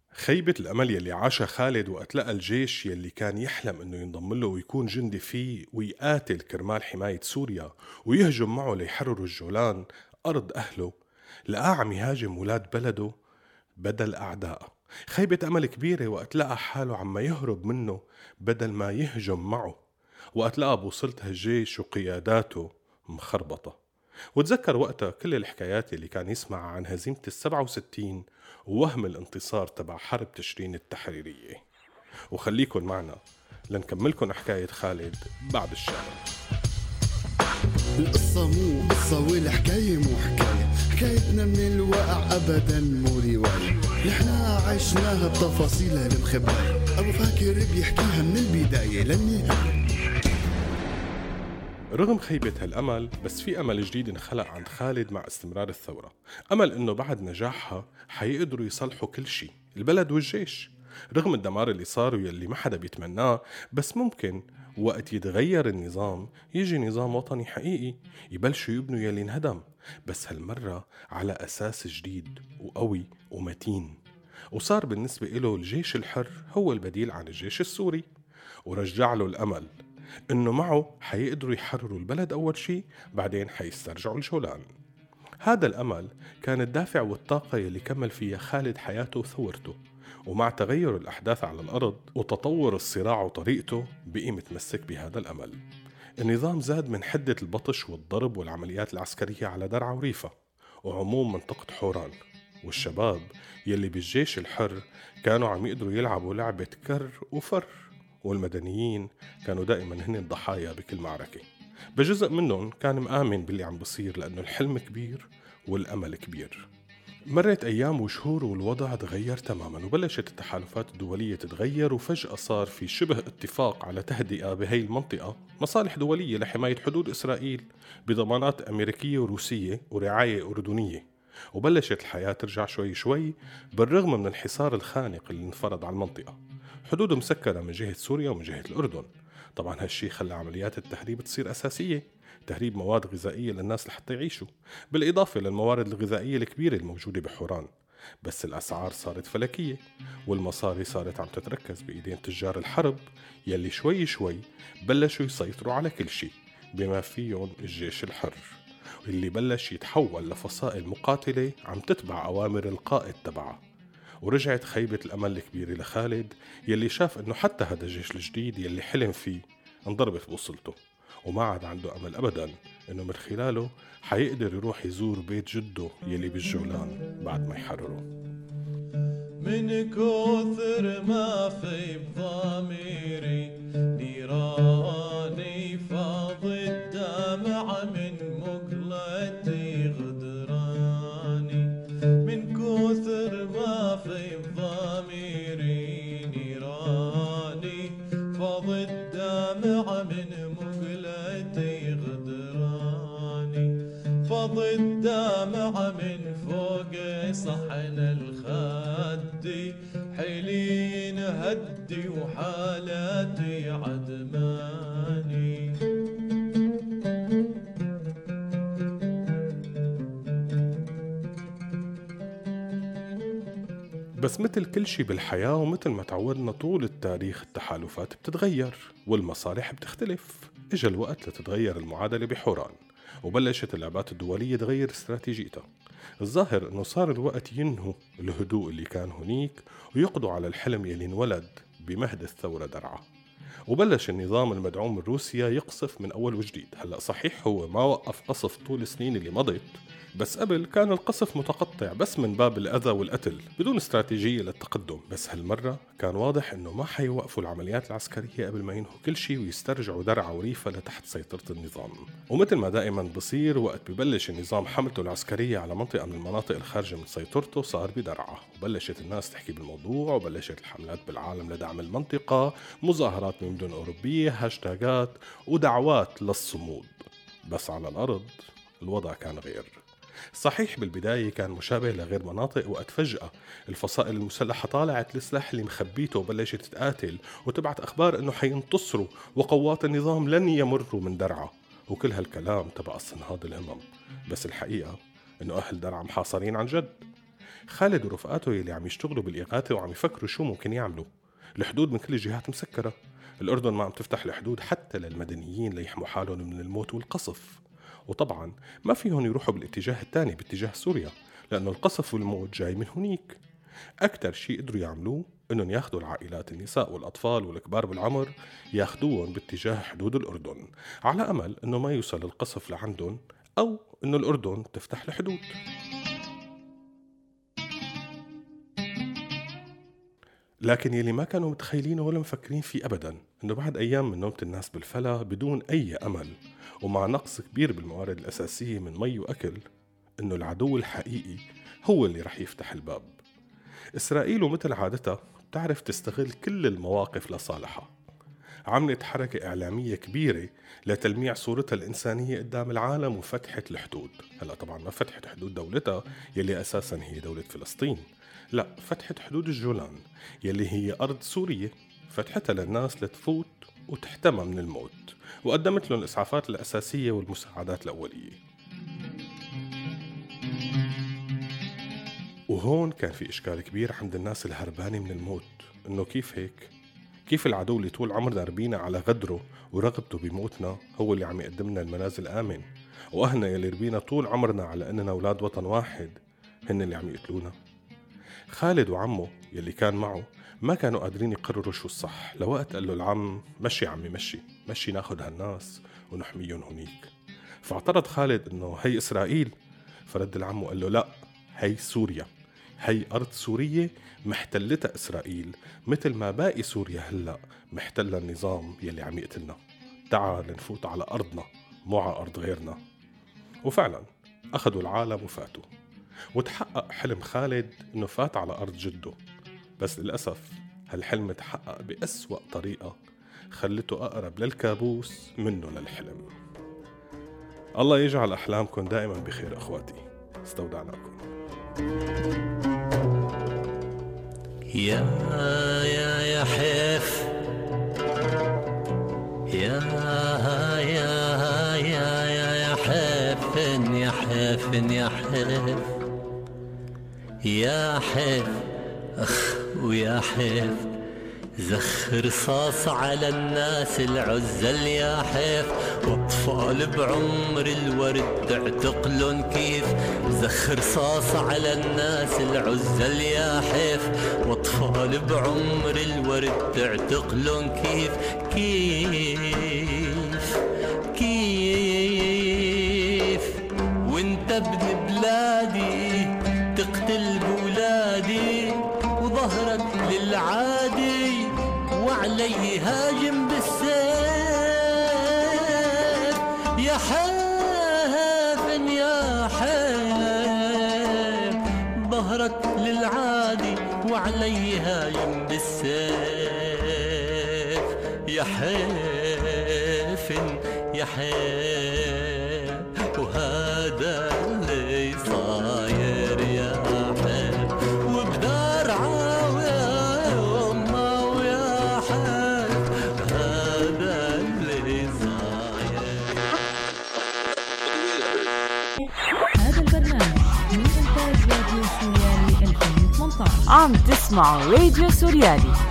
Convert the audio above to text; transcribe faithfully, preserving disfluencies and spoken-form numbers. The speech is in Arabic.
خيبة الأمل يلي عاشها خالد وقت لقى الجيش يلي كان يحلم إنه ينضم له ويكون جندي فيه ويقاتل كرمال حماية سوريا ويهجم معه ليحرروا الجولان أرض أهله، لقاه عم يهاجم ولاد بلده بدل أعدائه. خيبة أمل كبيرة وقت لقى حاله عم يهرب منه بدل ما يهجم معه، وقت لقى بوصلة الجيش وقياداته مخربطة. وتذكر وقتها كل الحكايات اللي كان يسمع عن هزيمة السبعة وستين ووهم الانتصار تبع حرب تشرين التحريرية. وخليكن معنا لنكملكن حكاية خالد بعد الشهر. القصة مو قصة والحكاية مو حكاية، حكايتنا من الواقع أبدا مو رواية، نحنا عشناها بتفاصيلها المخبأة، أبو فاكر بيحكيها من البداية للنهاية. رغم خيبة هالأمل، بس في أمل جديد انخلق عند خالد مع استمرار الثورة. أمل إنه بعد نجاحها حيقدروا يصلحوا كل شي، البلد والجيش. رغم الدمار اللي صار ويلي ما حدا بيتمناه، بس ممكن وقت يتغير النظام يجي نظام وطني حقيقي يبلشوا يبنوا يلي انهدم، بس هالمرة على أساس جديد وقوي ومتين. وصار بالنسبة له الجيش الحر هو البديل عن الجيش السوري، ورجع له الأمل إنه معه حيقدروا يحرروا البلد أول شي، بعدين حيسترجعوا الجولان. هذا الأمل كان الدافع والطاقة يلي كمل فيها خالد حياته وثورته. ومع تغير الأحداث على الأرض وتطور الصراع وطريقته بقي متمسك بهذا الأمل. النظام زاد من حدة البطش والضرب والعمليات العسكرية على درعا وريفة وعموم منطقة حوران، والشباب يلي بالجيش الحر كانوا عم يقدروا يلعبوا لعبة كر وفر، والمدنيين كانوا دائما هن الضحايا بكل معركة. بجزء منهم كان مآمن باللي عم بصير لأنه الحلم كبير والأمل كبير. مرت أيام وشهور والوضع تغير تماما، وبلشت التحالفات الدولية تتغير، وفجأة صار في شبه اتفاق على تهدئة بهي المنطقة، مصالح دولية لحماية حدود إسرائيل بضمانات أمريكية وروسية ورعاية أردنية. وبلشت الحياة ترجع شوي شوي بالرغم من الحصار الخانق اللي انفرض على المنطقة. حدود مسكرة من جهة سوريا ومن جهة الأردن. طبعا هالشي خلى عمليات التهريب تصير أساسية، تهريب مواد غذائية للناس لحتى يعيشوا، بالإضافة للموارد الغذائية الكبيرة الموجودة بحوران. بس الأسعار صارت فلكية، والمصاري صارت عم تتركز بإيدين تجار الحرب يلي شوي شوي بلشوا يسيطروا على كل شيء بما فيهم الجيش الحر، اللي بلش يتحول لفصائل مقاتلة عم تتبع أوامر القائد تبعها. ورجعت خيبة الأمل الكبيرة لخالد يلي شاف إنه حتى هذا الجيش الجديد يلي حلم فيه انضربت بوصلته، وما عاد عنده أمل أبدا إنه من خلاله حيقدر يروح يزور بيت جده يلي بالجولان بعد ما يحرره. من كثر ما في بضميري نيراني فاض الدمع من مقلتي غدراني، من كثر ما في بضميري نيراني فاض الدمع من مقلتي غدراني، فاض الدمع من فوق صحن الخدي حيلين هدي وحالاتي عدماني. بس مثل كل شي بالحياة ومثل ما تعودنا طول التاريخ التحالفات بتتغير والمصالح بتختلف. اجا الوقت لتتغير المعادلة بحوران، وبلشت اللعبات الدولية تغير استراتيجيتها. الظاهر انه صار الوقت ينهوا الهدوء اللي كان هنيك ويقضوا على الحلم يلي انولد بمهد الثورة درعا. وبلش النظام المدعوم من روسيا يقصف من أول وجديد. هلأ صحيح هو ما وقف قصف طول السنين اللي مضت، بس قبل كان القصف متقطع بس من باب الأذى والقتل بدون استراتيجية للتقدم. بس هالمرة كان واضح أنه ما حيوقفوا العمليات العسكرية قبل ما ينهوا كل شيء ويسترجعوا درعا وريفة لتحت سيطرة النظام. ومثل ما دائما بصير وقت ببلش النظام حملته العسكرية على منطقة من المناطق الخارجة من سيطرته صار بدرعا، وبلشت الناس تحكي بالموضوع، وبلشت الحملات بالعالم لدعم المنطقة، مظاهرات من مدن أوروبية، هاشتاجات ودعوات للصمود. بس على الأرض الوضع كان غير. صحيح بالبداية كان مشابه لغير مناطق، وقت فجأة الفصائل المسلحة طالعت السلاح اللي مخبيته وبلشت تقاتل وتبعت أخبار أنه حينتصروا وقوات النظام لن يمروا من درعا، وكل هالكلام تبع استنهاض الهمم. بس الحقيقة أنه أهل درعا محاصرين عن جد. خالد ورفقاته يلي عم يشتغلوا بالإغاثة وعم يفكروا شو ممكن يعملوا. الحدود من كل الجهات مسكرة، الأردن ما عم تفتح الحدود حتى للمدنيين ليحموا حالهم من الموت والقصف، وطبعا ما فيهم يروحوا بالاتجاه الثاني باتجاه سوريا لأنه القصف والموت جاي من هنيك. أكتر شيء قدروا يعملوه إنهم ياخدوا العائلات، النساء والأطفال والكبار بالعمر، ياخدوهم باتجاه حدود الأردن على أمل إنه ما يوصل القصف لعندهم أو إنه الأردن تفتح الحدود. لكن يلي ما كانوا متخيلينه ولا مفكرين فيه أبداً إنه بعد أيام من نومة الناس بالفلا بدون أي أمل ومع نقص كبير بالموارد الأساسية من مي وأكل، إنه العدو الحقيقي هو اللي رح يفتح الباب. إسرائيل ومثل عادتها بتعرف تستغل كل المواقف لصالحها. عملت حركة إعلامية كبيرة لتلميع صورتها الإنسانية قدام العالم وفتحة الحدود. هلأ طبعاً ما فتحت حدود دولتها يلي أساساً هي دولة فلسطين، لا، فتحت حدود الجولان يلي هي أرض سورية، فتحتها للناس لتفوت وتحتمى من الموت، وقدمت لهم الإسعافات الأساسية والمساعدات الأولية. وهون كان في إشكال كبير عند الناس الهربانة من الموت، إنه كيف هيك؟ كيف العدو اللي طول عمرنا ربينا على غدره ورغبته بموتنا هو اللي عم يقدم لنا المنازل آمن، وأهلنا يلي ربينا طول عمرنا على أننا أولاد وطن واحد هن اللي عم يقتلونا؟ خالد وعمه يلي كان معه ما كانوا قادرين يقرروا شو الصح، لوقت قال له العم مشي عمي مشي مشي ناخد هالناس ونحميهم هنيك. فاعترض خالد انه هي إسرائيل، فرد العم وقال له لا، هي سوريا، هي أرض سورية محتلتها إسرائيل مثل ما باقي سوريا هلأ محتلة النظام يلي عم يقتلنا. تعال نفوت على أرضنا مو على أرض غيرنا. وفعلا أخذوا العالم وفاتوا، وتحقق حلم خالد إنه فات على أرض جده، بس للأسف هالحلم تحقق بأسوأ طريقة خلته أقرب للكابوس منه للحلم. الله يجعل أحلامكم دائما بخير أخواتي، استودعناكم. يا يا يا حيف يا يا يا يا يا حيف يا حيف يا حيف يا حيف أخ ويا حيف زخ رصاص على الناس العزل يا حيف، واطفال بعمر الورد تعتقلن كيف. زخ رصاص على الناس العزل يا حيف، واطفال بعمر الورد تعتقلن كيف كيف كيف. وانت ابن بلادي تقتل بولادي، وظهرك للعادي وعلي هاجم بالسيف. يا حيف يا حيف ظهرك للعادي وعلي هاجم بالسيف. يا حيف يا حيف وهذا اللي صاير يا حيف، وبدار عاوي أمه ويا حيف هذا اللي صاير. هذا البرنامج من إنتاج راديو سوريالي ألفين وثمانية عشر. عم تسمعوا راديو سوريالي.